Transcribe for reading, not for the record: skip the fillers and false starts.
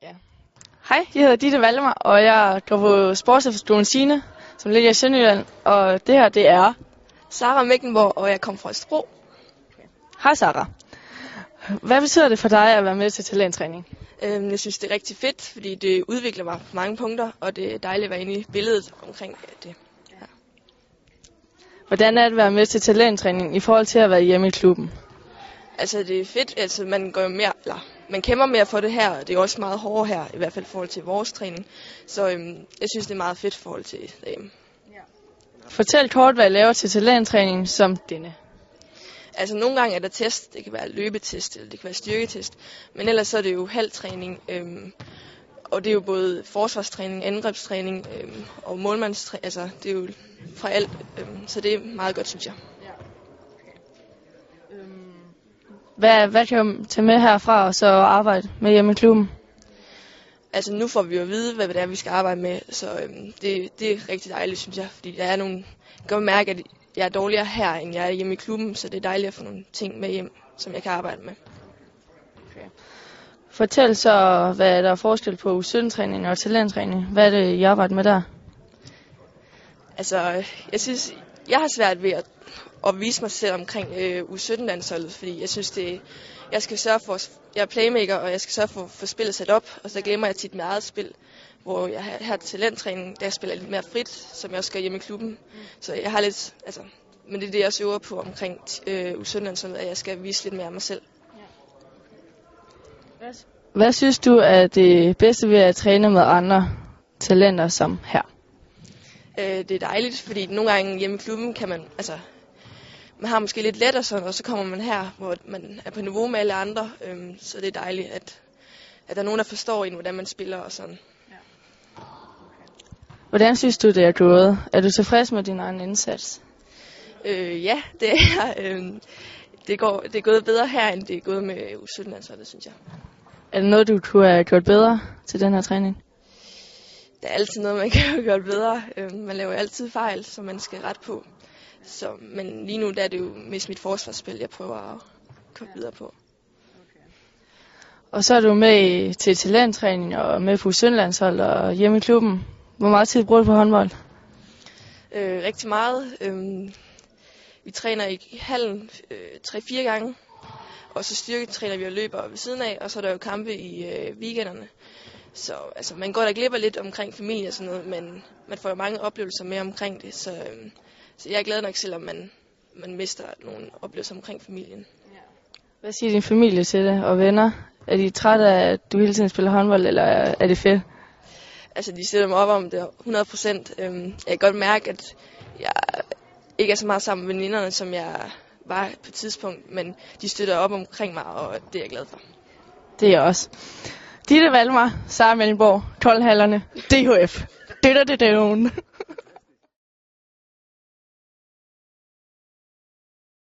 Hej, jeg hedder Ditte Valdemar, og jeg går på sportsefterskolen Signe, som ligger i Sønderjylland, og det her, det er Sara Meckenborg, og jeg kommer fra Østerbro. Hej Sara. Hvad betyder det for dig at være med til talenttræning? Jeg synes, det er rigtig fedt, fordi det udvikler mig på mange punkter, og det er dejligt at være inde i billedet omkring det. Ja. Hvordan er det at være med til talenttræning i forhold til at være hjemme i klubben? Altså, det er fedt. Altså, man kæmper mere for det her, og det er også meget hårdere her, i hvert fald i forhold til vores træning. Så jeg synes, det er meget fedt i forhold til derhjemme. Fortæl kort, hvad I laver til talenttræning som denne. Altså, nogle gange er der test. Det kan være løbetest, eller det kan være styrketest. Men ellers så er det jo halvtræning. Og det er jo både forsvarstræning, angrebstræning og målmandstræning. Altså, det er jo fra alt. Så det er meget godt, synes jeg. Hvad kan du tage med herfra og så arbejde med hjemme i klubben? Altså nu får vi jo at vide, hvad det er, vi skal arbejde med, så det er rigtig dejligt, synes jeg. Fordi der er nogle, jeg kan mærke, at jeg er dårligere her, end jeg er hjemme i klubben, så det er dejligt at få nogle ting med hjem, som jeg kan arbejde med. Okay. Fortæl så, hvad der er forskel på U17-træning og talenttræning. Hvad er det, I arbejder med der? Altså, jeg synes, jeg har svært ved at vise mig selv omkring U17-landsholdet, fordi jeg synes, jeg skal sørge for, jeg er playmaker, og jeg skal sørge for at få spillet sat op, og så glemmer jeg tit mit eget spil, hvor jeg her til talenttræning, der spiller lidt mere frit, som jeg også gør hjemme i klubben. Så jeg har lidt, altså, men det er det, jeg også øver på omkring U17-landsholdet, at jeg skal vise lidt mere af mig selv. Hvad synes du er det bedste ved at træne med andre talenter som her? Det er dejligt, fordi nogle gange hjemme i klubben kan man har måske lidt let og sådan, og så kommer man her, hvor man er på niveau med alle andre, så det er dejligt, at der er nogen, der forstår en, hvordan man spiller og sådan. Ja. Okay. Hvordan synes du, det er gået? Er du tilfreds med din egen indsats? Ja, det er jeg. Det er gået bedre her, end det er gået med U17-landsholdet, synes jeg. Er det noget, du kunne have gjort bedre til den her træning? Der er altid noget, man kan have gjort bedre. Man laver altid fejl, som man skal rette på. Men lige nu der er det jo mest mit forsvarsspil, jeg prøver at komme videre på. Okay. Og så er du med til talenttræning og med på U17-landshold og hjemme i klubben. Hvor meget tid bruger du på håndbold? Rigtig meget. Vi træner i hallen 3-4 gange. Og så styrketræner vi og løber ved siden af, og så er der jo kampe i weekenderne. Så altså, man går der glipper lidt omkring familie og sådan noget, men man får jo mange oplevelser med omkring det. Så jeg er glad nok, selvom man mister nogle oplevelser omkring familien. Hvad siger din familie til det, og venner? Er de trætte af, at du hele tiden spiller håndbold, eller er det fedt? Altså, de støtter mig op om det 100%. Jeg kan godt mærke, at jeg ikke er så meget sammen med veninderne, som jeg var på et tidspunkt, men de støtter op omkring mig, og det er jeg glad for. Det er jeg også. Ditte Valdemar, Sara Meckenborg, 12-hallerne, DHF. Det.